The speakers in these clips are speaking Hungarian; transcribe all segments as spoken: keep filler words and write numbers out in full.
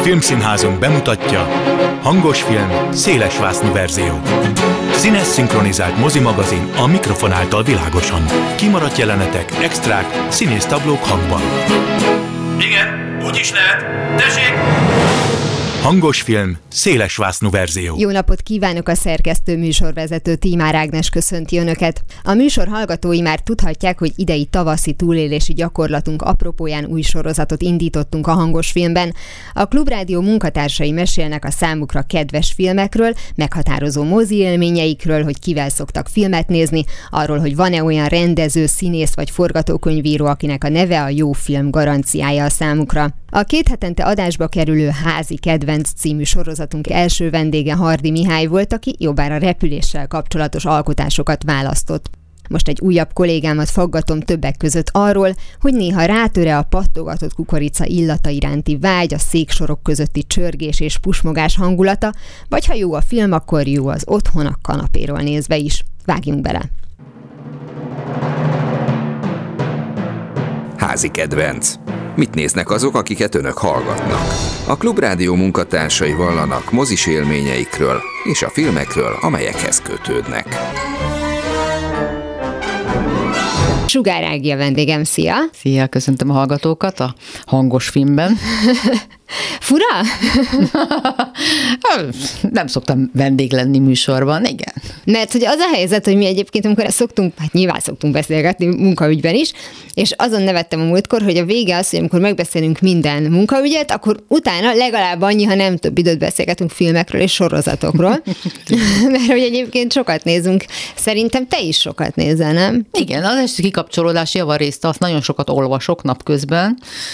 Filmszínházunk bemutatja hangos film, szélesvásznú verzió. Színes szinkronizált mozimagazin a mikrofon által világosan. Kimaradt jelenetek, extrák, színésztáblók hangban. Igen, úgy is lehet. Tessék! Hangos film, szélesvásznú verzió. Jó napot kívánok, a szerkesztő műsorvezető Tímár Ágnes köszönti Önöket. A műsor hallgatói már tudhatják, hogy idei tavaszi túlélési gyakorlatunk apropóján új sorozatot indítottunk a hangos filmben. A Klubrádió munkatársai mesélnek a számukra kedves filmekről, meghatározó mozi élményeikről, hogy kivel szoktak filmet nézni, arról, hogy van-e olyan rendező, színész vagy forgatókönyvíró, akinek a neve a jó film garanciája a számukra. A két hetente adásba kerülő Házi kedvenc című sorozatunk első vendége Hardy Mihály volt, aki jobbára repüléssel kapcsolatos alkotásokat választott. Most egy újabb kollégámat faggatom többek között arról, hogy néha rátöre a pattogatott kukorica illata iránti vágy, a széksorok közötti csörgés és pusmogás hangulata, vagy ha jó a film, akkor jó az otthon a kanapéról nézve is. Vágjunk bele! Házi kedvenc. Mit néznek azok, akiket önök hallgatnak? A Klubrádió munkatársai vallanak mozis élményeikről és a filmekről, amelyekhez kötődnek. Sugár Ági a vendégem, szia! Szia, köszöntöm a hallgatókat a hangos filmben. Fura? Nem szoktam vendég lenni műsorban, igen. Mert hogy az a helyzet, hogy mi egyébként, amikor szoktunk, hát nyilván szoktunk beszélgetni munkaügyben is, és azon nevettem a múltkor, hogy a vége az, hogy amikor megbeszélünk minden munkaügyet, akkor utána legalább annyi, ha nem több időt beszélgetünk filmekről és sorozatokról. Mert hogy egyébként sokat nézünk. Szerintem te is sokat nézel, nem? Igen, az esti kikapcsolódás javarészt azt nagyon sokat olvasok napközben,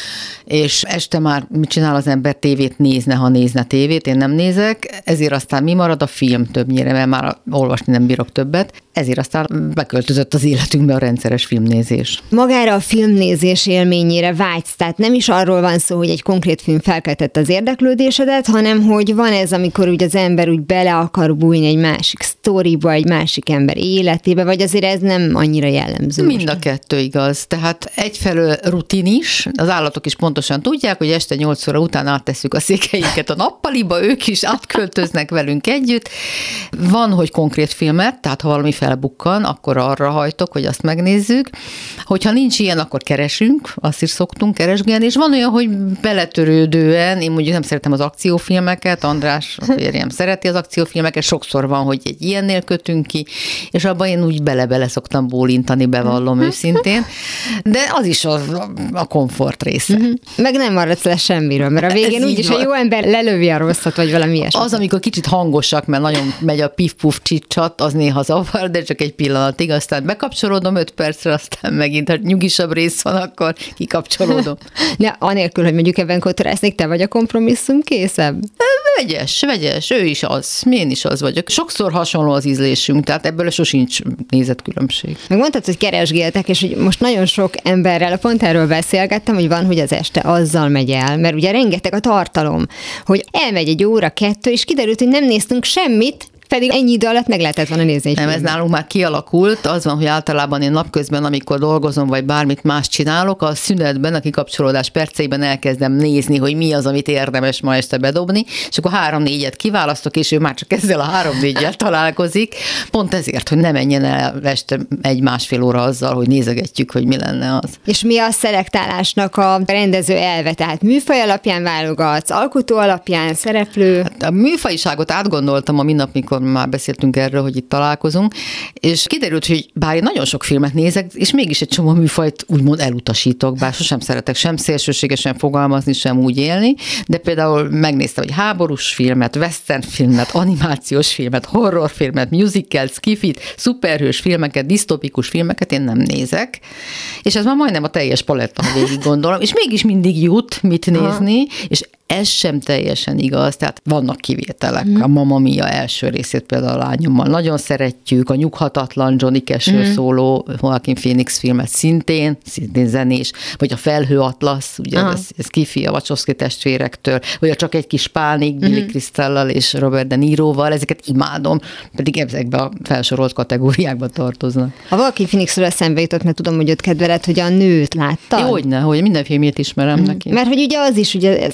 és este már mit csinál az ember, tévét nézne, ha nézne tévét, én nem nézek, ezért aztán mi marad a film többnyire, mert már olvasni nem bírok többet, ezért aztán beköltözött az életünkbe a rendszeres filmnézés. Magára a filmnézés élményére vágysz, tehát nem is arról van szó, hogy egy konkrét film felkeltett az érdeklődésedet, hanem hogy van ez, amikor úgy az ember úgy bele akar bújni egy másik sztoriba, egy másik ember életébe, vagy azért ez nem annyira jellemző? Mind a kettő igaz, tehát egyfelől rutin is, az állatok is pontosan tudják, hogy este nyolc óra után áttesszük a székeinket a nappaliba, ők is átköltöznek velünk együtt. Van, hogy konkrét filmet, tehát ha valami felbukkan, akkor arra hajtok, hogy azt megnézzük. Hogyha nincs ilyen, akkor keresünk, azt is szoktunk keresgélni, és van olyan, hogy beletörődően, én mondjuk nem szeretem az akciófilmeket, András, a férjem szereti az akciófilmeket, sokszor van, hogy egy ilyennél kötünk ki, és abban én úgy bele-bele szoktam bólintani, bevallom őszintén, de az is a, a komfort része. Meg nem maradsz le semmiről, mert a végén úgyis a jó ember lelövi a rosszat, vagy valami ilyesmi. Az, amikor kicsit hangosak, mert nagyon megy a pif-puf csicsat, az néha zavar, de csak egy pillanatig, aztán bekapcsolódom öt percre, aztán megint, ha nyugisabb rész van, akkor kikapcsolódom. De anélkül, hogy mondjuk ebben kotorásznék, te vagy a kompromisszum készebb? Vegyes, vegyes, ő is az, én is az vagyok. Sokszor hasonló az ízlésünk, tehát ebből sosincs nézetkülönbség. Meg mondtad, hogy keresgéltek, és hogy most nagyon sok emberrel pont erről beszélgettem, hogy van, hogy az este azzal megy el, mert ugye rengeteg a tartalom, hogy elmegy egy óra, kettő, és kiderült, hogy nem néztünk semmit, pedig ennyi idő alatt meg lehetett volna nézni egy Nem, filmet. Ez nálunk már kialakult, az van, hogy általában én napközben, amikor dolgozom, vagy bármit más csinálok, a szünetben, a kikapcsolódás perceiben elkezdem nézni, hogy mi az, amit érdemes ma este bedobni, és akkor három-négyet kiválasztok, és ő már csak ezzel a három-négyel találkozik, pont ezért, hogy ne menjen el este egy-másfél óra azzal, hogy nézegetjük, hogy mi lenne az. És mi a szelektálásnak a rendező elve? Tehát műfaj alapján válogatsz, alkotó alapján, szereplő? Hát a műfajiságot átgondoltam a minap, mikor már beszéltünk erről, hogy itt találkozunk, és kiderült, hogy bár én nagyon sok filmet nézek, és mégis egy csomó műfajt úgymond elutasítok, bár sosem szeretek sem szélsőségesen fogalmazni, sem úgy élni, de például megnéztem egy háborús filmet, western filmet, animációs filmet, horrorfilmet, musical, skifit, szuperhős filmeket, disztopikus filmeket én nem nézek, és ez már majdnem a teljes paletta, ha végig gondolom, és mégis mindig jut mit nézni, ha. És ez sem teljesen igaz, tehát vannak kivételek. Mm. A Mamma Mia első részét például a lányommal nagyon szeretjük, a Nyughatatlan Johnny Cash-ről mm. szóló Joaquin Phoenix filmet szintén, szintén zenés, vagy a Felhő Atlasz, ugye ez, ez Kifi a Wachowski testvérektől, vagy a Csak egy kis pánik, mm. Billy Crystallal és Robert De Niroval, ezeket imádom, pedig ezekbe a felsorolt kategóriákba tartoznak. A Joaquin Phoenixről eszembe jutott, mert tudom, hogy ott kedveled, hogy a Nőt láttad? Hogyne, hogy minden filmjét ismerem mm. neki. Mert hogy ugye az is ugye science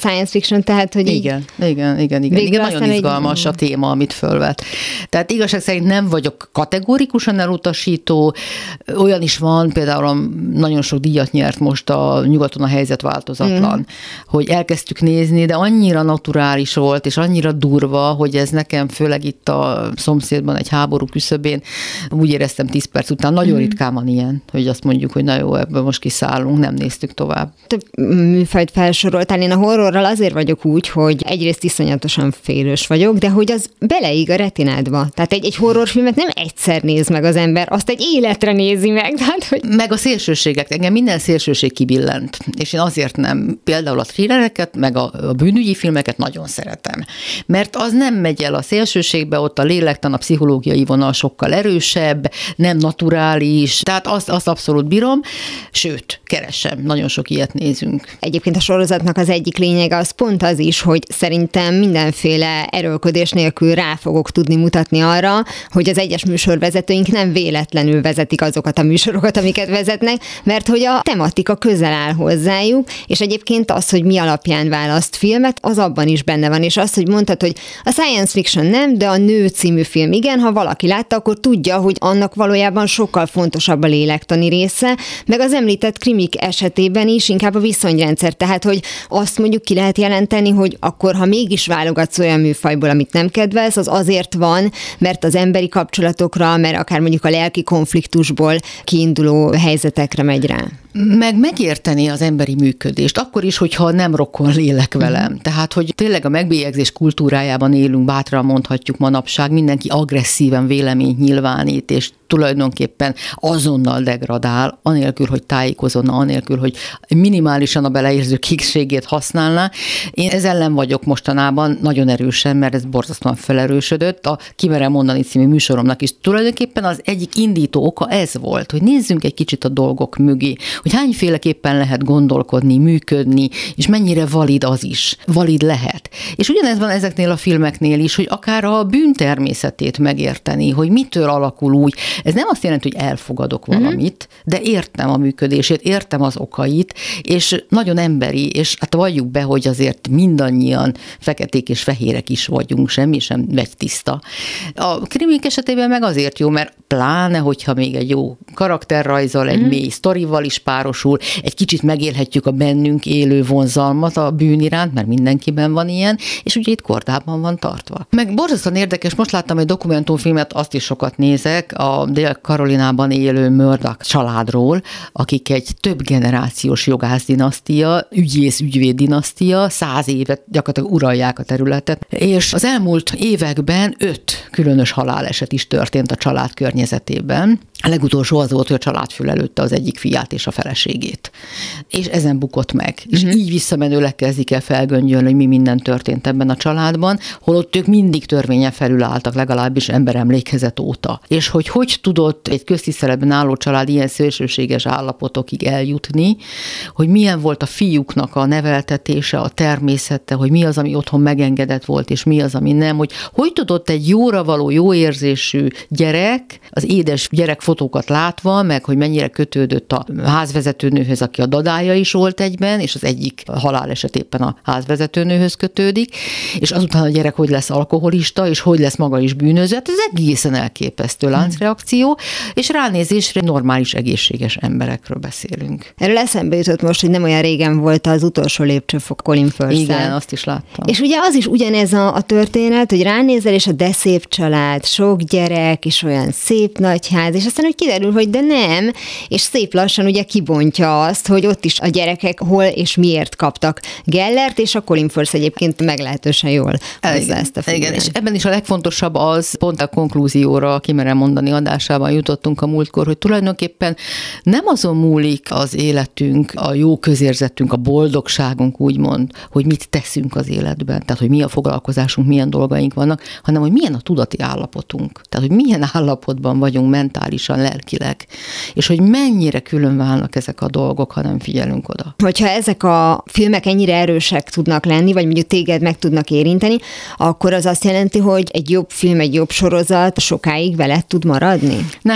fiction, tehát, hogy igen, így... igen, igen, igen, igen. Nagyon izgalmas egy... a téma, amit fölvet. Tehát igazság szerint nem vagyok kategórikusan elutasító, olyan is van, például nagyon sok díjat nyert most a Nyugaton a helyzet változatlan, mm. hogy elkezdtük nézni, de annyira naturális volt, és annyira durva, hogy ez nekem főleg itt a szomszédban egy háború küszöbén, úgy éreztem tíz perc után, nagyon mm. ritkán van ilyen, hogy azt mondjuk, hogy na jó, ebből most kiszállunk, nem néztük tovább. Több műfajt felsoroltál, én a horrorral azért vagyok úgy, hogy egyrészt iszonyatosan félős vagyok, de hogy az beleig a retinádba. Tehát egy, egy horrorfilmet nem egyszer néz meg az ember, azt egy életre nézi meg. Tehát, hogy... Meg a szélsőségek, engem minden szélsőség kibillent, és én azért nem, például a thrillereket, meg a, a bűnügyi filmeket nagyon szeretem. Mert az nem megy el a szélsőségbe, ott a lélektan, a pszichológiai vonal sokkal erősebb, nem naturális, tehát azt, azt abszolút bírom, sőt, keresem, nagyon sok ilyet nézünk. Egyébként a sorozatnak az egyik lényege az pont az is, hogy szerintem mindenféle erőlködés nélkül rá fogok tudni mutatni arra, hogy az egyes műsorvezetőink nem véletlenül vezetik azokat a műsorokat, amiket vezetnek, mert hogy a tematika közel áll hozzájuk, és egyébként az, hogy mi alapján választ filmet, az abban is benne van, és az, hogy mondtad, hogy a science fiction nem, de a Nő című film igen, ha valaki látta, akkor tudja, hogy annak valójában sokkal fontosabb a lélektani része, meg az említett krimik esetében is inkább a viszonyrendszer, tehát, hogy azt mondjuk ki lehet jelenteni, hogy akkor, ha mégis válogatsz olyan műfajból, amit nem kedvelsz, az azért van, mert az emberi kapcsolatokra, mert akár mondjuk a lelki konfliktusból kiinduló helyzetekre megy rá. Meg megérteni az emberi működést, akkor is, hogyha nem rokon lélek velem. Mm. Tehát, hogy tényleg a megbélyegzés kultúrájában élünk, bátran mondhatjuk manapság, mindenki agresszíven véleményt nyilvánít, és tulajdonképpen azonnal degradál, anélkül, hogy tájékozódna, anélkül, hogy minimálisan a beleérző készségét használná. Én ez ellen vagyok mostanában nagyon erősen, mert ez borzasztóan felerősödött. A Kimerem mondani című műsoromnak is tulajdonképpen az egyik indító oka ez volt, hogy nézzünk egy kicsit a dolgok mögé, hogy hányféleképpen lehet gondolkodni, működni, és mennyire valid az is. Valid lehet. És ugyanez van ezeknél a filmeknél is, hogy akár a bűn természetét megérteni, hogy mitől alakul úgy. Ez nem azt jelenti, hogy elfogadok valamit, de értem a működését, értem az okait, és nagyon emberi, és hát valljuk be, hogy azért mindannyian feketék és fehérek is vagyunk, semmi sem vegytiszta. A krimik esetében meg azért jó, mert pláne, hogyha még egy jó karakterrajzzal, egy mm. mély sztorival is párosul, egy kicsit megélhetjük a bennünk élő vonzalmat a bűn iránt, mert mindenkiben van ilyen, és ugye itt kordában van tartva. Meg borzasztóan érdekes, most láttam egy dokumentumfilmet, azt is sokat nézek, a Dél-Karolinában élő Murdoch családról, akik egy több generációs jogász-dinasztia, ügyész-ügyvéd dinasztia, száz évet gyakorlatilag uralják a területet, és az elmúlt években öt különös haláleset is történt a család környezetében. A legutolsó az volt, hogy a család fülelőtte az egyik fiát és a feleségét. És ezen bukott meg. Uh-huh. És így visszamenőleg kezdik el felgöngyölni, hogy mi minden történt ebben a családban, holott ők mindig törvényen felül álltak, legalábbis emberemlékezet óta. És hogy hogy tudott egy köztiszteletben álló család ilyen szélsőséges állapotokig eljutni, hogy milyen volt a fiúknak a neveltetése, a természete, hogy mi az, ami otthon megengedett volt, és mi az, ami nem, hogy hogy tudott egy jóra való, jó érzésű gyerek, az édes gyerekfotókat látva, meg hogy mennyire kötődött a házvezetőnőhöz, aki a dadája is volt egyben, és az egyik haláleset éppen a házvezetőnőhöz kötődik, és azután a gyerek hogy lesz alkoholista, és hogy lesz maga is bűnöző, hát ez egészen elképesztő láncreakció, és ránézésre normális, egészséges emberekről beszélünk. Erről eszembe jutott most, hogy nem olyan régen volt az utolsó lépcsőfok Colin Firth-szel. Igen, azt is láttam. És ugye az is ugyanez a, a történet, hogy ránézel, és a de szép család, sok gyerek, és olyan szép nagy ház, és aztán úgy kiderül, hogy de nem, és szép lassan ugye kibontja azt, hogy ott is a gyerekek hol és miért kaptak Gellert, és a Colin Firth egyébként meglehetősen jól hozza ezt a filmet. Igen, és ebben is a legfontosabb az, pont a konklúzióra Kimerem mondani adásában jutottunk a múltkor, hogy tulajdonképpen nem azon múlik az életünk, a jó közérzetünk, a boldogságunk úgymond, hogy mit teszünk az életben, tehát hogy mi a foglalkozásunk, milyen dolgaink vannak, hanem hogy milyen a tudati állapotunk, tehát hogy milyen állapotban vagyunk mentálisan, lelkileg, és hogy mennyire külön válnak ezek a dolgok, ha nem figyelünk oda. Hogyha ezek a filmek ennyire erősek tudnak lenni, vagy mondjuk téged meg tudnak érinteni, akkor az azt jelenti, hogy egy jobb film, egy jobb sorozat sokáig veled tud maradni? Nem.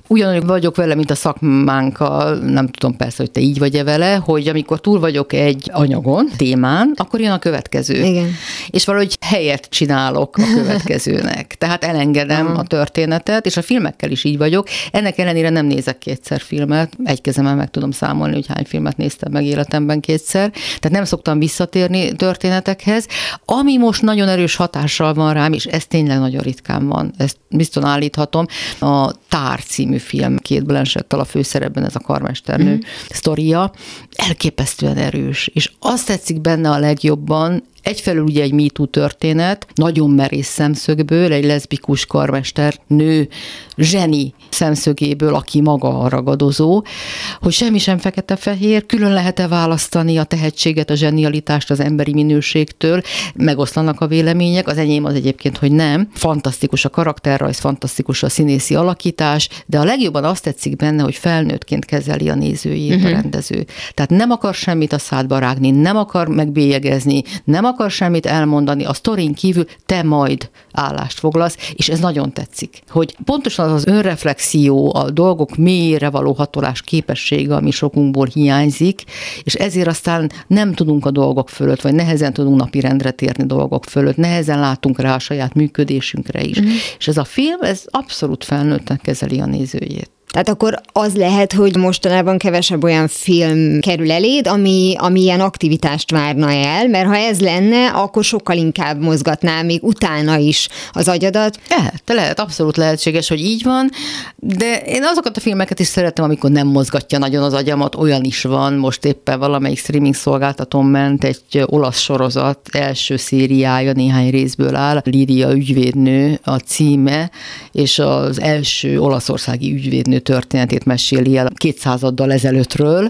Ugyanúgy vagyok vele, mint a szakmánkkal, nem tudom persze, hogy te így vagy-e vele, hogy amikor túl vagyok egy anyagon, témán, akkor jön a következő. Igen. És valahogy helyet csinálok a következőnek. Tehát elengedem uh-huh. a történetet, és a filmekkel is így vagyok. Ennek ellenére nem nézek kétszer filmet. Egy kezemmel meg tudom számolni, hogy hány filmet néztem meg életemben kétszer. Tehát nem szoktam visszatérni történetekhez. Ami most nagyon erős hatással van rám, és ez tényleg nagyon ritkán van. Ezt biztos állíthatom. A Tár című film, Kate Blanchett-tal a főszerepben, ez a karmesternő mm. sztoria, elképesztően erős. És azt tetszik benne a legjobban, egyfelől ugye egy Me Too történet, nagyon merész szemszögből, egy leszbikus karmester nő zseni szemszögéből, aki maga a ragadozó, hogy semmi sem fekete-fehér, külön lehet-e választani a tehetséget, a zsenialitást az emberi minőségtől, megoszlanak a vélemények, az enyém az egyébként, hogy nem. Fantasztikus a karakterrajz, fantasztikus a színészi alakítás, de a legjobban azt tetszik benne, hogy felnőttként kezeli a nézőjét uh-huh. a rendező. Tehát nem akar semmit a szádba rágni, nem akar megbélyegezni, nem akar semmit elmondani, a sztorin kívül te majd állást foglalsz, és ez nagyon tetszik. Hogy pontosan az az önreflexió, a dolgok mélyére való hatolás képessége, ami sokunkból hiányzik, és ezért aztán nem tudunk a dolgok fölött, vagy nehezen tudunk napirendre térni dolgok fölött, nehezen látunk rá a saját működésünkre is. Mm. És ez a film, ez abszolút felnőtten kezeli a nézőjét. Tehát akkor az lehet, hogy mostanában kevesebb olyan film kerül eléd, ami, ami ilyen aktivitást várna el, mert ha ez lenne, akkor sokkal inkább mozgatná még utána is az agyadat. Lehet, lehet, abszolút lehetséges, hogy így van, de én azokat a filmeket is szeretem, amikor nem mozgatja nagyon az agyamat, olyan is van, most éppen valamelyik streaming szolgáltatón ment egy olasz sorozat, első szériája néhány részből áll, Lídia ügyvédnő a címe, és az első olaszországi ügyvédnő történetét meséli el kétszázaddal ezelőttről,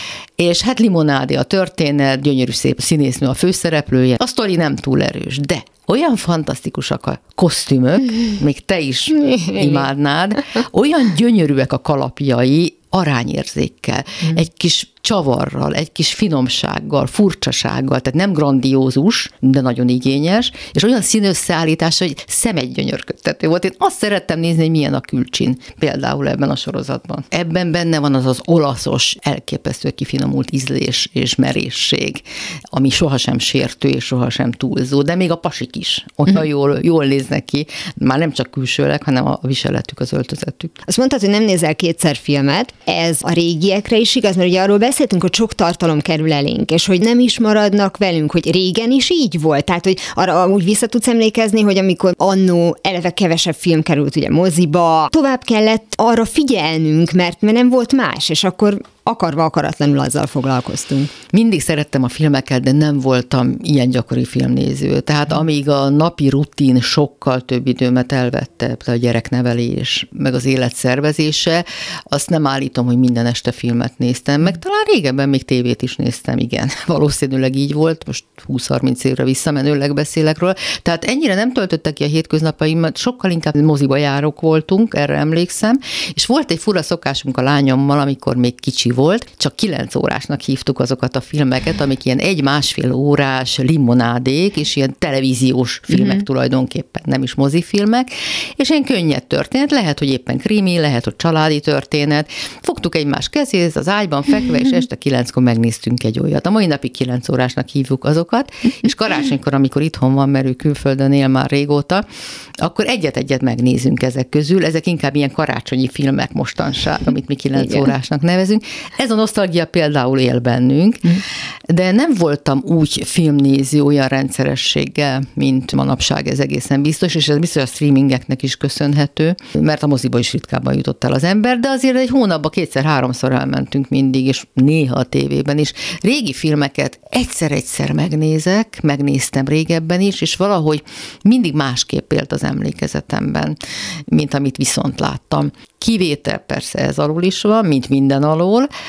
és hát limonádi a történet, gyönyörű szép színésznő a főszereplője. A sztori nem túl erős, de olyan fantasztikusak a kosztümök, még te is imádnád, olyan gyönyörűek a kalapjai, arányérzékkel, mm. egy kis csavarral, egy kis finomsággal, furcsasággal, tehát nem grandiózus, de nagyon igényes, és olyan színösszeállítás, hogy szemedgyönyörködtető volt. Én azt szerettem nézni, hogy milyen a külcsin, például ebben a sorozatban. Ebben benne van az az olaszos, elképesztő kifinomult ízlés és merészség, ami sohasem sértő és sohasem túlzó, de még a pasik is olyan jól, jól néznek ki, már nem csak külsőleg, hanem a viseletük, az öltözetük. Azt mondtad, hogy nem nézel kétszer filmet, ez a régiekre is igaz, mert ugye arról beszéltünk, hogy sok tartalom kerül elénk, és hogy nem is maradnak velünk, hogy régen is így volt. Tehát, hogy arra úgy vissza tudsz emlékezni, hogy amikor annó eleve kevesebb film került ugye moziba, tovább kellett arra figyelnünk, mert, mert nem volt más, és akkor akarva akaratlanul azzal foglalkoztunk. Mindig szerettem a filmeket, de nem voltam ilyen gyakori filmnéző. Tehát amíg a napi rutin sokkal több időmet elvette, a gyereknevelés, meg az élet szervezése, azt nem állítom, hogy minden este filmet néztem, meg talán régebben még tévét is néztem, igen. Valószínűleg így volt, most húsz-harminc évre visszamenőleg beszélek róla. Tehát ennyire nem töltöttek ki a hétköznapaimat, sokkal inkább moziba járók voltunk, erre emlékszem, és volt egy fura szokásunk a lányommal, amikor még kicsi volt, csak kilenc órásnak hívtuk azokat a filmeket, amik ilyen egy-másfél órás limonádék, és ilyen televíziós filmek mm-hmm. tulajdonképpen, nem is mozifilmek, és ilyen könnyed történet, lehet, hogy éppen krimi, lehet, hogy családi történet. Fogtuk egymás kezét az ágyban fekve, és este kilenckor megnéztünk egy olyat. A mai napig kilenc órásnak hívjuk azokat, és karácsonykor, amikor itthon van, mert ő külföldön él már régóta, akkor egyet-egyet megnézünk ezek közül. Ezek inkább ilyen karácsonyi filmek mostanság, amit mi kilenc Igen. órásnak nevezünk. Ez a nosztalgia például él bennünk, mm. de nem voltam úgy filmnéző olyan rendszerességgel, mint manapság, ez egészen biztos, és ez biztos a streamingeknek is köszönhető, mert a moziba is ritkábban jutott el az ember, de azért egy hónapban kétszer-háromszor elmentünk mindig, és néha a tévében is. Régi filmeket egyszer-egyszer megnézek, megnéztem régebben is, és valahogy mindig másképp élt az emlékezetemben, mint amit viszont láttam. Kivétel persze ez alól is van, mint minden alól,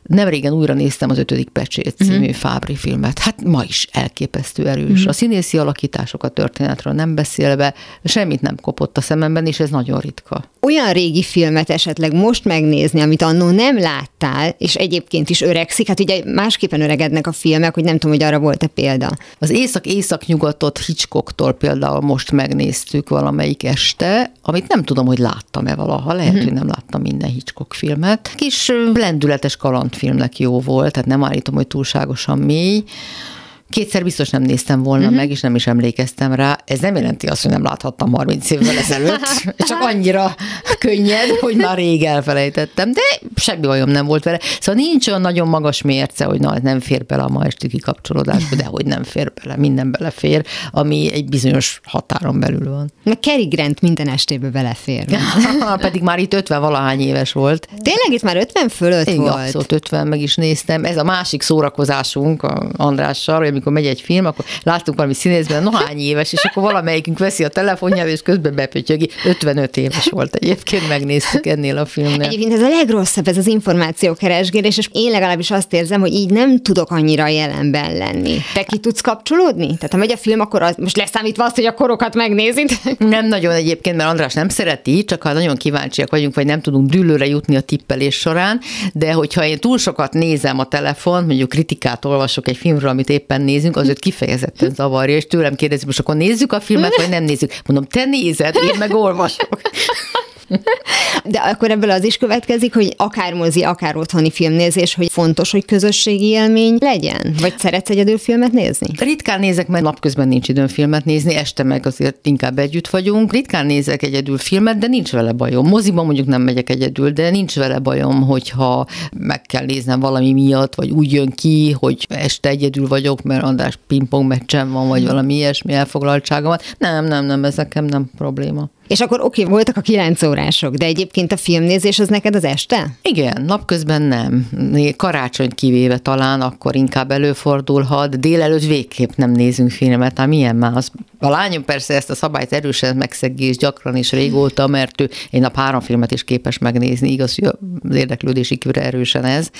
Nemrégen újra néztem az Ötödik pecsét című uh-huh. Fábry filmet. Hát ma is elképesztő erős. Uh-huh. A színészi alakítások, a történetről nem beszélve, semmit nem kopott a szememben, és ez nagyon ritka. Olyan régi filmet esetleg most megnézni, amit annó nem láttál, és egyébként is öregszik, hát ugye másképpen öregednek a filmek, hogy nem tudom, hogy arra volt-e példa. Az Észak-Észak-nyugatot Hitchcocktól például most megnéztük valamelyik este, amit nem tudom, hogy láttam-e valaha, lehet, uh-huh. hogy nem láttam minden Hitchcock filmet. Kis lendületes kalandfilmnek jó volt, tehát nem állítom, hogy túlságosan mély. Kétszer biztos nem néztem volna uh-huh. meg, és nem is emlékeztem rá. Ez nem jelenti azt, hogy nem láthattam harminc évvel ezelőtt, csak annyira könnyed, hogy már rég elfelejtettem, de semmi bajom nem volt vele. Szóval nincs olyan nagyon magas mérce, hogy na, ez nem fér bele a ma esti kikapcsolódásba, de hogy nem fér bele, minden belefér, ami egy bizonyos határon belül van. Meg Cary Grant minden estébe belefér. Pedig már itt ötven valahány éves volt. Tényleg itt már ötven fölött Igen, volt? abszolút ötven, meg is néztem. Ez a másik szórakozásunk a Andrással, hogy amikor megy egy film, akkor láttunk valami színészben, no hány éves, és akkor valamelyikünk veszi a telefonját, és közben bepötyögi. ötvenöt éves volt egyébként, megnéztük ennél a filmnél. Egyébként ez a legrosszabb, ez az információkeresgélés, és én legalábbis azt érzem, hogy így nem tudok annyira jelenben lenni. Te ki tudsz kapcsolódni? Tehát ha megy a film, akkor az, most leszámítva azt, hogy a korokat megnézid? Nem nagyon egyébként, mert András nem szereti, csak ha nagyon kíváncsiak vagyunk, vagy nem tudunk dűlőre jutni a tippelés során, de hogyha én túl sokat nézem a telefon, mondjuk kritikát olvasok egy filmről, amit éppen nézünk, az őt kifejezetten zavarja, és tőlem kérdezik, most akkor nézzük a filmet, vagy nem nézzük. Mondom, te nézed, én meg olvasok. De akkor ebből az is következik, hogy akár mozi, akár otthoni filmnézés, hogy fontos, hogy közösségi élmény legyen? Vagy szeretsz egyedül filmet nézni? Ritkán nézek, mert napközben nincs időm filmet nézni, este meg azért inkább együtt vagyunk. Ritkán nézek egyedül filmet, de nincs vele bajom. Moziban mondjuk nem megyek egyedül, de nincs vele bajom, hogyha meg kell néznem valami miatt, vagy úgy jön ki, hogy este egyedül vagyok, mert András pingpong meccsen van, vagy valami ilyesmi elfoglaltsága van. Nem, nem, nem, ez nekem nem probléma. És akkor oké, okay, voltak a kilenc órások, de egyébként a filmnézés az neked az este? Igen, napközben nem. Karácsonyt kivéve talán, akkor inkább előfordulhat. Délelőtt végképp nem nézünk filmet, hát milyen már az. A lányom persze ezt a szabályt erősen megszegi, és gyakran és régóta, mert ő egy nap három filmet is képes megnézni, igaz, hogy az érdeklődési körre erősen ez,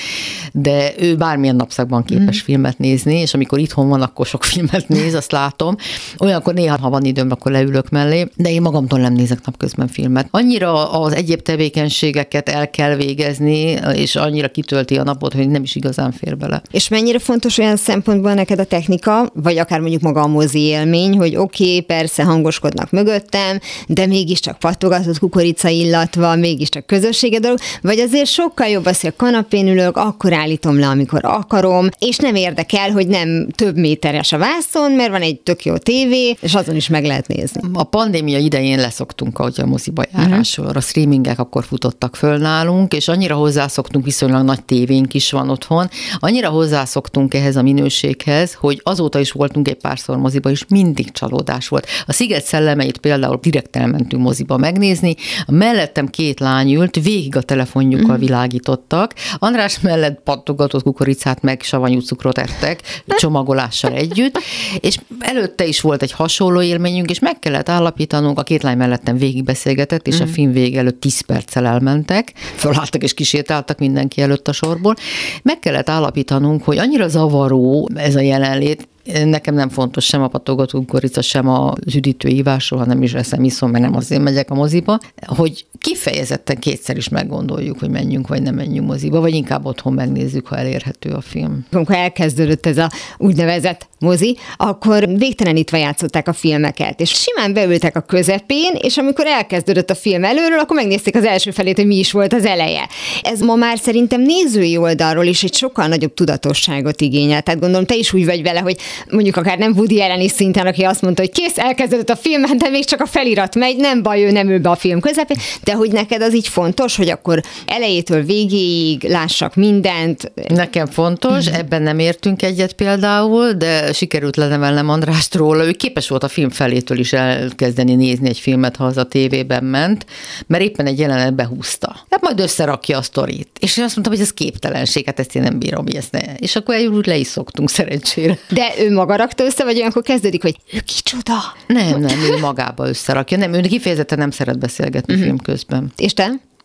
de ő bármilyen napszakban képes mm. filmet nézni, és amikor itthon van, akkor sok filmet néz, azt látom. Olyankor néha, ha van időm, akkor leülök mellé, de én magamtól nem nézek napközben filmet. Annyira az egyéb tevékenységeket el kell végezni, és annyira kitölti a napot, hogy nem is igazán fér bele. És mennyire fontos olyan szempontból neked a technika, vagy akár mondjuk maga a mozi élmény, hogy oké, okay, persze hangoskodnak mögöttem, de mégiscsak pattogatott kukorica illat van, mégiscsak közössége dolog, vagy azért sokkal jobb az, hogy a kanapén ülök, akkor állítom le, amikor akarom, és nem érdekel, hogy nem több méteres a vászon, mert van egy tök jó tévé, és azon is meg lehet nézni. A pandémia idején leszoktunk, ahogy a moziba járásról. Uh-huh. A streamingek akkor futottak föl nálunk, és annyira hozzászoktunk, viszonylag nagy tévénk is van otthon, annyira hozzászoktunk ehhez a minőséghez, hogy azóta is voltunk egy párszor moziba, és mindig csalódás volt. A Sziget szellemeit például direkt elmentünk moziba megnézni, a mellettem két lány ült, végig a telefonjukkal uh-huh. világítottak, András mellett pattogatott kukoricát meg savanyú cukrot ettek, csomagolással együtt, és előtte is volt egy hasonló élményünk, és meg kellett állapítanunk, a két lány mellettem végig beszélgetett, és mm. a film vége előtt tíz perccel elmentek, fölálltak és kisétáltak mindenki előtt a sorból. Meg kellett állapítanunk, hogy annyira zavaró ez a jelenlét, nekem nem fontos sem a pattogató kukorica, sem az üdítő ívásról, hanem is eszem, iszom, mert nem azért megyek a moziba, hogy kifejezetten kétszer is meggondoljuk, hogy menjünk vagy nem menjünk moziba, vagy inkább otthon megnézzük, ha elérhető a film. Amikor elkezdődött ez a úgynevezett mozi, akkor végtelenítve játszották a filmeket, és simán beültek a közepén, és amikor elkezdődött a film előről, akkor megnézték az első felét, hogy mi is volt az eleje. Ez ma már szerintem nézői oldalról is egy sokkal nagyobb tudatosságot igényel. Tehát gondolom, te is úgy vagy vele, hogy mondjuk akár nem Woody Allen is szinten, aki azt mondta, hogy kész, elkezdődött a film, de még csak a felirat megy, nem baj, ő nem ül be a film közepén, de hogy neked az így fontos, hogy akkor elejétől végéig lássak mindent. Nekem fontos, ebben nem értünk egyet például, de sikerült lenevelnem Andrást róla, ő képes volt a film felétől is elkezdeni nézni egy filmet, ha az a tévében ment, mert éppen egy jelenet behúzta. Hát majd összerakja a sztorit. És én azt mondtam, hogy ez képtelenség, hát ezt én nem bírom, ezt ne. És akkor úgy le is szoktunk szerencsére. De ő maga rakta össze, vagy olyankor kezdődik, hogy ő kicsoda? Nem, nem, ő magába összerakja. Nem, ő kifejezetten nem szeret beszélgetni uh-huh. film közben. És te?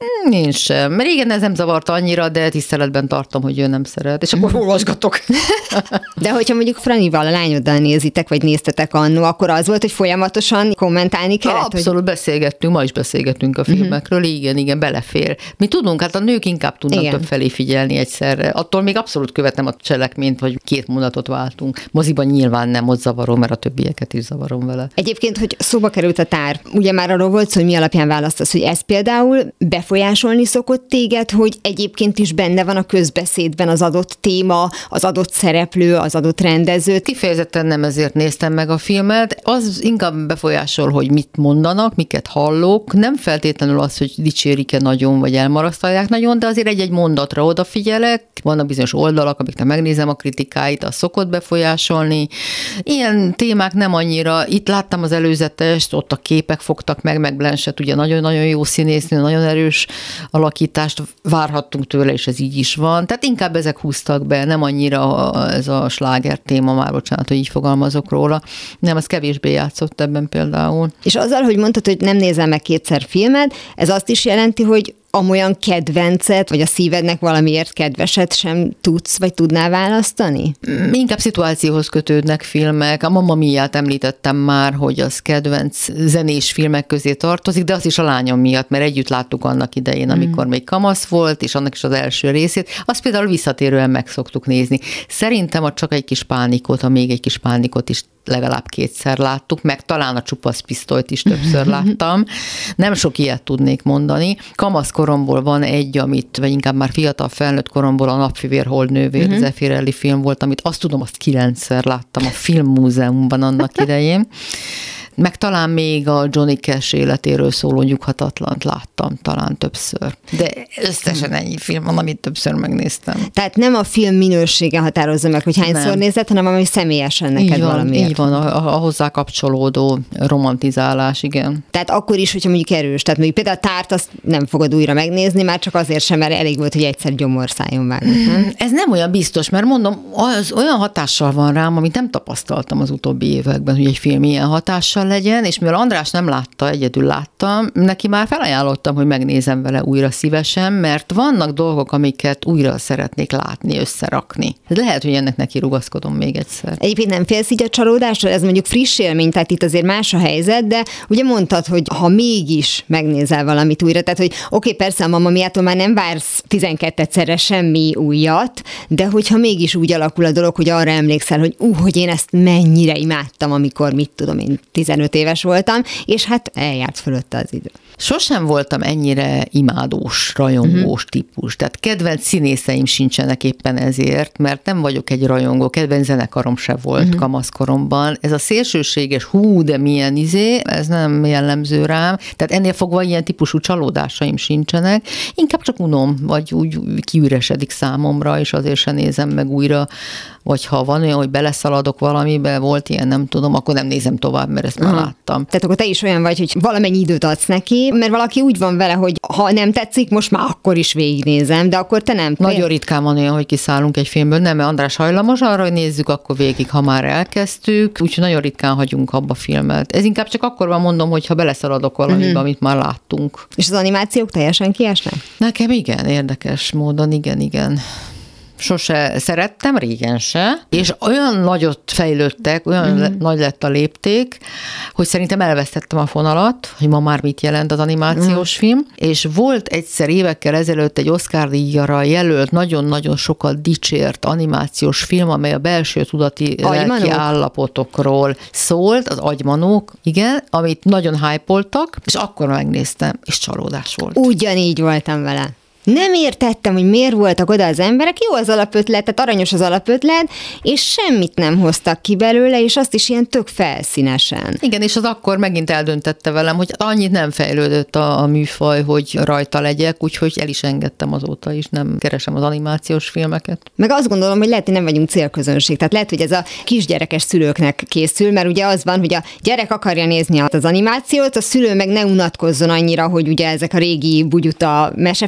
Nincs sem. Régen ez nem zavarta annyira, de tiszteletben tartom, hogy ő nem szeret, és akkor olvasgatok. De hogyha mondjuk Franival, a lányoddal nézitek, vagy néztetek annó, akkor az volt, hogy folyamatosan kommentálni kellett? Abszolút hogy... beszélgettünk, ma is beszélgettünk a filmekről, uh-huh. igen, igen, belefér. Mi tudunk, hát a nők inkább tudnak igen. több felé figyelni egyszerre. Attól még abszolút követem a cselekményt, hogy két mondatot váltunk. Moziban nyilván nem, ott zavarom, mert a többieket is zavarom vele. Egyébként, hogy szóba került a tár, ugye már arról volt szó, hogy mi alapján választasz, hogy ez például befolyásolni szokott téged, hogy egyébként is benne van a közbeszédben az adott téma, az adott szereplő, az adott rendező. Kifejezetten nem ezért néztem meg a filmet, az inkább befolyásol, hogy mit mondanak, miket hallok, nem feltétlenül az, hogy dicsérik-e nagyon, vagy elmarasztalják nagyon, de azért egy-egy mondatra odafigyelek, vannak bizonyos oldalak, amiknek megnézem a kritikáit, az szokott befolyásolni. Ilyen témák nem annyira, itt láttam az előzetest, ott a képek fogtak meg, meg Blanchett ugye nagyon-nagyon jó színésznő, nagyon erős alakítást várhattunk tőle, és ez így is van. Tehát inkább ezek húztak be, nem annyira ez a sláger téma, már bocsánat, hogy így fogalmazok róla. Nem, az kevésbé játszott ebben például. És azzal, hogy mondtad, hogy nem nézel meg kétszer filmet, ez azt is jelenti, hogy amolyan kedvencet, vagy a szívednek valamiért kedveset sem tudsz, vagy tudnál választani? Inkább szituációhoz kötődnek filmek. A Mamma Miát említettem már, hogy az kedvenc zenés filmek közé tartozik, de az is a lányom miatt, mert együtt láttuk annak idején, amikor mm. még kamasz volt, és annak is az első részét. Azt például visszatérően meg szoktuk nézni. Szerintem a Csak egy kis pánikot, a Még egy kis pánikot is legalább kétszer láttuk, meg talán a Csupasz pisztolyt is többször láttam. Nem sok ilyet tudnék mondani. Kamasz koromból van egy, amit, vagy inkább már fiatal felnőtt koromból a Napfivér Holdnővér, uh-huh. Zeffirelli film volt, amit azt tudom, azt kilencszer láttam a Filmmúzeumban annak idején. Meg talán még a Johnny Cash életéről szóló Nyughatatlant láttam talán többször. De összesen ennyi film van, amit többször megnéztem. Tehát nem a film minősége határozza meg, hogy hányszor nem. nézed, hanem ami személyesen neked így van, valamiért. Így van, a, a hozzá kapcsolódó romantizálás, igen. Tehát akkor is, hogyha mondjuk erős. Tehát mondjuk például a Tárt azt nem fogod újra megnézni, már csak azért sem, mert elég volt, hogy egyszer gyomorszájon vágott. Nem? Ez nem olyan biztos, mert mondom, az olyan hatással van rám, amit nem tapasztaltam az utóbbi években, hogy egy film ilyen hatással legyen, és mivel András nem látta, egyedül láttam, neki már felajánlottam, hogy megnézem vele újra szívesen, mert vannak dolgok, amiket újra szeretnék látni, összerakni. Lehet, hogy ennek neki rugaszkodom még egyszer. Egyébként nem félsz így a csalódásra? Ez mondjuk friss élmény, tehát itt azért más a helyzet, de ugye mondtad, hogy ha mégis megnézel valamit újra, tehát hogy oké, okay, persze a Mamma Miától már nem vársz tizenkettőszerre semmi újat, de hogyha mégis úgy alakul a dolog, hogy arra emlékszel, hogy ú, uh, hogy én ezt mennyire imádtam, amikor mit tudom én, tizenöt éves voltam, és hát eljárt fölötte az idő. Sosem voltam ennyire imádós, rajongós uh-huh. típus. Tehát kedvenc színészeim sincsenek éppen ezért, mert nem vagyok egy rajongó, kedvenc zenekarom se volt uh-huh. kamaszkoromban. Ez a szélsőséges, hú, de milyen izé, ez nem jellemző rám. Tehát ennél fogva ilyen típusú csalódásaim sincsenek. Inkább csak unom, vagy úgy kiüresedik számomra, és azért se nézem meg újra, vagy ha van olyan, hogy beleszaladok valamibe, volt ilyen, nem tudom, akkor nem nézem tovább, mert ezt már uh-huh. láttam. Tehát akkor te is olyan vagy, hogy valamennyi időt adsz neki, mert valaki úgy van vele, hogy ha nem tetszik, most már akkor is végignézem, de akkor te nem. Nagyon ritkán van olyan, hogy kiszállunk egy filmből, nem, mert András hajlamos arra, hogy nézzük akkor végig, ha már elkezdtük, úgyhogy nagyon ritkán hagyunk abba filmet. Ez inkább csak akkor van, mondom, hogy ha beleszaladok valamibe, uh-huh. amit már láttunk. És az animációk teljesen kiesnek? Nekem igen, érdekes módon, igen, igen. Sose szerettem, régen se, és olyan nagyot fejlődtek, olyan mm. le, nagy lett a lépték, hogy szerintem elvesztettem a fonalat, hogy ma már mit jelent az animációs mm. film, és volt egyszer évekkel ezelőtt egy Oscar-díjra jelölt, nagyon-nagyon sokat dicsért animációs film, amely a belső tudati lelki állapotokról szólt, az Agymanók, igen, amit nagyon hype-oltak, és akkor megnéztem, és csalódás volt. Ugyanígy voltam vele. Nem értettem, hogy miért voltak oda az emberek, jó az alapötlet, tehát aranyos az alapötlet, és semmit nem hoztak ki belőle, és azt is ilyen tök felszínesen. Igen, és az akkor megint eldöntette velem, hogy annyit nem fejlődött a, a műfaj, hogy rajta legyek, úgyhogy el is engedtem azóta is, nem keresem az animációs filmeket. Meg azt gondolom, hogy lehet, hogy nem vagyunk célközönség, tehát lehet, hogy ez a kisgyerekes szülőknek készül, mert ugye az van, hogy a gyerek akarja nézni az animációt, a szülő meg ne unatkozzon annyira, hogy ugye ezek a régi bugyuta mesefilmek van,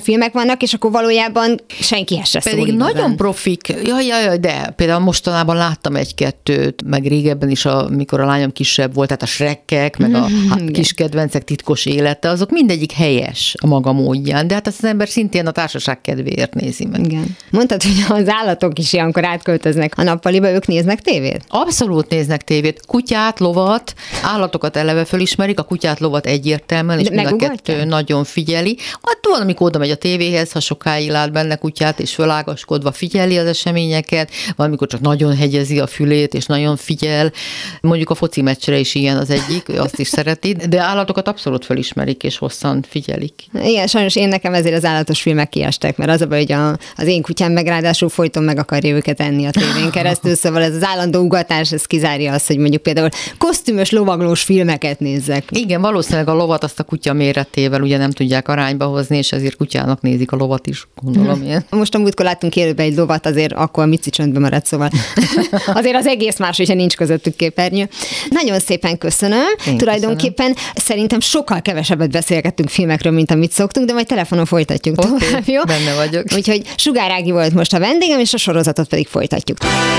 vannak, és akkor valójában senkihez se szól. Pedig igazán. Nagyon profik. Jaj, jaj, jaj, de például mostanában láttam egy-kettőt, meg régebben is, amikor a lányom kisebb volt, tehát a Shrekek, meg a hát, kis kedvencek titkos élete, azok mindegyik helyes a maga módján, de hát azt az ember szintén a társaság kedvéért nézi meg. Igen. Mondtad, hogy az állatok is ilyenkor átköltöznek a nappaliba, ők néznek tévét? Abszolút néznek tévét. Kutyát, lovat, állatokat eleve fölismerik, a kutyát, lovat egyértelműen, és mind a kettő nagyon figyeli. Hát van, amikor oda megy a tévéhez, ha sokáig lát benne kutyát, és fölágaskodva figyeli az eseményeket, valamikor csak nagyon hegyezi a fülét, és nagyon figyel. Mondjuk a foci meccsre is ilyen az egyik, azt is szereti, de állatokat abszolút fölismerik, és hosszan figyelik. Igen, sajnos én nekem ezért az állatos filmek kiestek, mert az a baj, hogy a, az én kutyám meg ráadásul folyton meg akarja őket enni a tévén keresztül, szóval ez az állandó ugatás, ez kizárja azt, hogy mondjuk például kosztümös, lovaglós filmeket nézzek. Igen, valószínűleg a lovat azt a kutya méretével ugye nem tudják arányba hozni, és ezért kutyának nézik a lovat is, gondolom én. Most a múltkor láttunk élőben egy lovat, azért akkor a Mici csöndbe maradt, szóval azért az egész más, hogyha nincs közöttük képernyő. Nagyon szépen köszönöm. Én Tulajdonképpen köszönöm. Szerintem sokkal kevesebbet beszélgettünk filmekről, mint amit szoktunk, de majd telefonon folytatjuk okay, tovább, jó? Benne vagyok. Úgyhogy Sugár Ági volt most a vendégem, és a sorozatot pedig folytatjuk.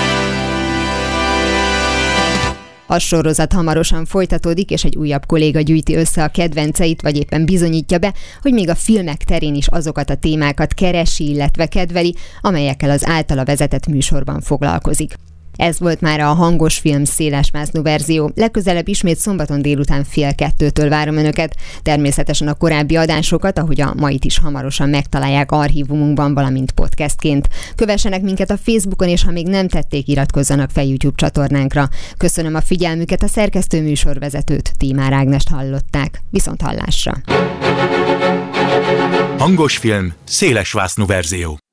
A sorozat hamarosan folytatódik, és egy újabb kolléga gyűjti össze a kedvenceit, vagy éppen bizonyítja be, hogy még a filmek terén is azokat a témákat keresi, illetve kedveli, amelyekkel az általa vezetett műsorban foglalkozik. Ez volt már a Hangos Film szélesvásznú verzió. Legközelebb ismét szombaton délután fél kettőtől várom Önöket. Természetesen a korábbi adásokat, ahogy a mait is hamarosan megtalálják archívumunkban, valamint podcastként. Kövessenek minket a Facebookon, és ha még nem tették, iratkozzanak fel YouTube csatornánkra. Köszönöm a figyelmüket, a szerkesztő műsorvezetőt, Tímár Ágnest hallották. Viszont hallásra! Hangos Film szélesvásznú verzió.